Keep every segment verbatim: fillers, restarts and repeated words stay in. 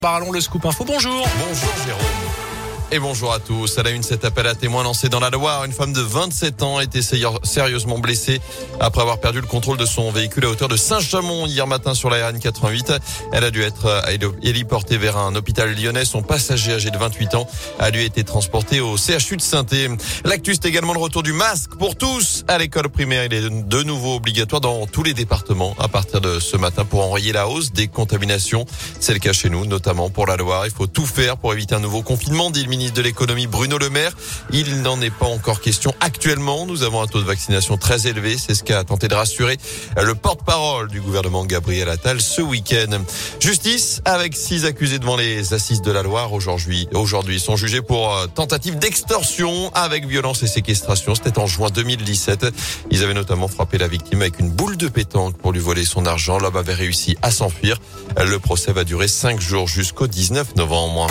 Parlons le scoop info, bonjour. Bonjour Jérôme. Et bonjour à tous. À la une, cet appel à témoins lancé dans la Loire. Une femme de vingt-sept ans a été sérieusement blessée après avoir perdu le contrôle de son véhicule à hauteur de Saint-Chamond hier matin sur la R N quatre-vingt-huit. Elle a dû être héliportée vers un hôpital lyonnais. Son passager âgé de vingt-huit ans a lui été transporté au C H U de Saint-Thé. L'actu, c'est également le retour du masque pour tous à l'école primaire. Il est de nouveau obligatoire dans tous les départements à partir de ce matin pour enrayer la hausse des contaminations. C'est le cas chez nous, notamment pour la Loire. Il faut tout faire pour éviter un nouveau confinement, dit le ministre de l'économie Bruno Le Maire. Il n'en est pas encore question actuellement. Nous avons un taux de vaccination très élevé. C'est ce qu'a tenté de rassurer le porte-parole du gouvernement Gabriel Attal ce week-end. Justice avec six accusés devant les assises de la Loire aujourd'hui. Aujourd'hui, ils sont jugés pour tentative d'extorsion avec violence et séquestration. C'était en juin deux mille dix-sept. Ils avaient notamment frappé la victime avec une boule de pétanque pour lui voler son argent. L'homme avait réussi à s'enfuir. Le procès va durer cinq jours jusqu'au dix-neuf novembre.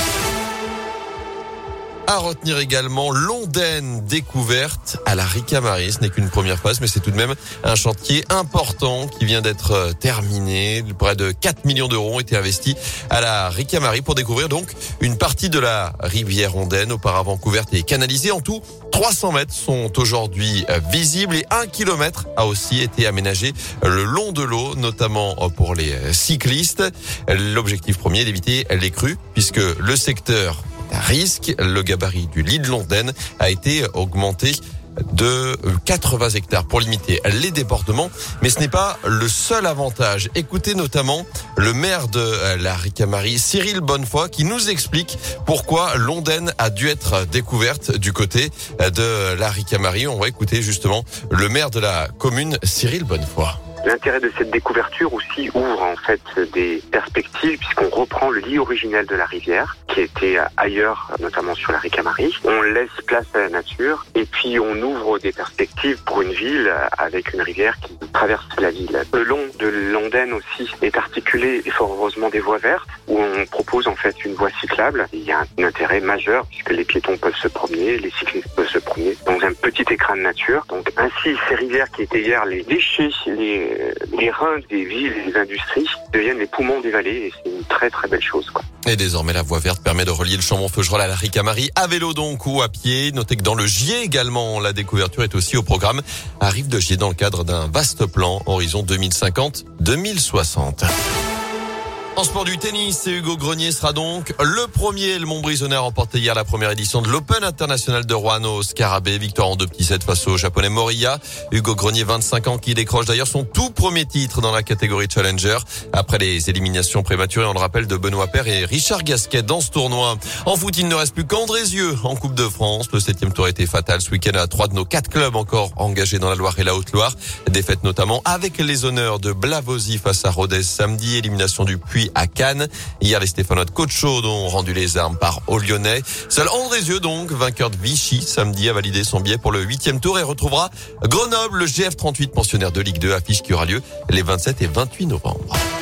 À retenir également l'Ondaine découverte à la Ricamarie. Ce n'est qu'une première phase, mais c'est tout de même un chantier important qui vient d'être terminé. Près de quatre millions d'euros ont été investis à la Ricamarie pour découvrir donc une partie de la rivière Ondaine, auparavant couverte et canalisée. En tout, trois cents mètres sont aujourd'hui visibles et un kilomètre a aussi été aménagé le long de l'eau, notamment pour les cyclistes. L'objectif premier est d'éviter les crues, puisque le secteur à risque, le gabarit du lit de l'Ondaine a été augmenté de quatre-vingts hectares pour limiter les débordements. Mais ce n'est pas le seul avantage. Écoutez notamment le maire de la Ricamarie, Cyril Bonnefoy, qui nous explique pourquoi l'Ondaine a dû être découverte du côté de la Ricamarie. On va écouter justement le maire de la commune, Cyril Bonnefoy. L'intérêt de cette découverture aussi ouvre en fait des perspectives puisqu'on reprend le lit originel de la rivière qui était ailleurs, notamment sur la Ricamarie. On laisse place à la nature et puis on ouvre des perspectives pour une ville avec une rivière qui traverse la ville. Le long de l'Ondaine aussi est articulé et fort heureusement des voies vertes où on propose en fait une voie cyclable. Il y a un intérêt majeur puisque les piétons peuvent se promener, les cyclistes peuvent se promener dans un petit écran de nature. Donc ainsi ces rivières qui étaient hier les déchets, les les reins des villes et des industries deviennent les poumons des vallées et c'est une très très belle chose, quoi. Et désormais, la voie verte permet de relier le Chambon-Feugerolles à la Ricamarie à vélo donc ou à pied. Notez que dans le Gier également, la découverture est aussi au programme à Rive de Gier dans le cadre d'un vaste plan horizon deux mille cinquante deux mille soixante. En sport du tennis, Hugo Grenier sera donc le premier. Le Montbrisonnais a remporté hier la première édition de l'Open international de Rouen au Scarabée. Victoire en deux petits sets face au japonais Moriya. Hugo Grenier, vingt-cinq ans, qui décroche d'ailleurs son tout premier titre dans la catégorie Challenger. Après les éliminations prématurées, on le rappelle, de Benoît Paire et Richard Gasquet dans ce tournoi. En foot, il ne reste plus qu'Andrézieux en Coupe de France. Le septième tour a été fatal ce week-end à trois de nos quatre clubs encore engagés dans la Loire et la Haute-Loire. Défaite notamment avec les honneurs de Blavozy face à Rodez samedi. Élimination du Puy à Cannes. Hier, les Stéphanois de Côte-Chaude ont rendu les armes par aux Lyonnais. Seul Andrézieux, donc, vainqueur de Vichy, samedi, a validé son billet pour le huitième tour et retrouvera Grenoble, le G F trente-huit pensionnaire de Ligue deux, affiche qui aura lieu les vingt-sept et vingt-huit novembre.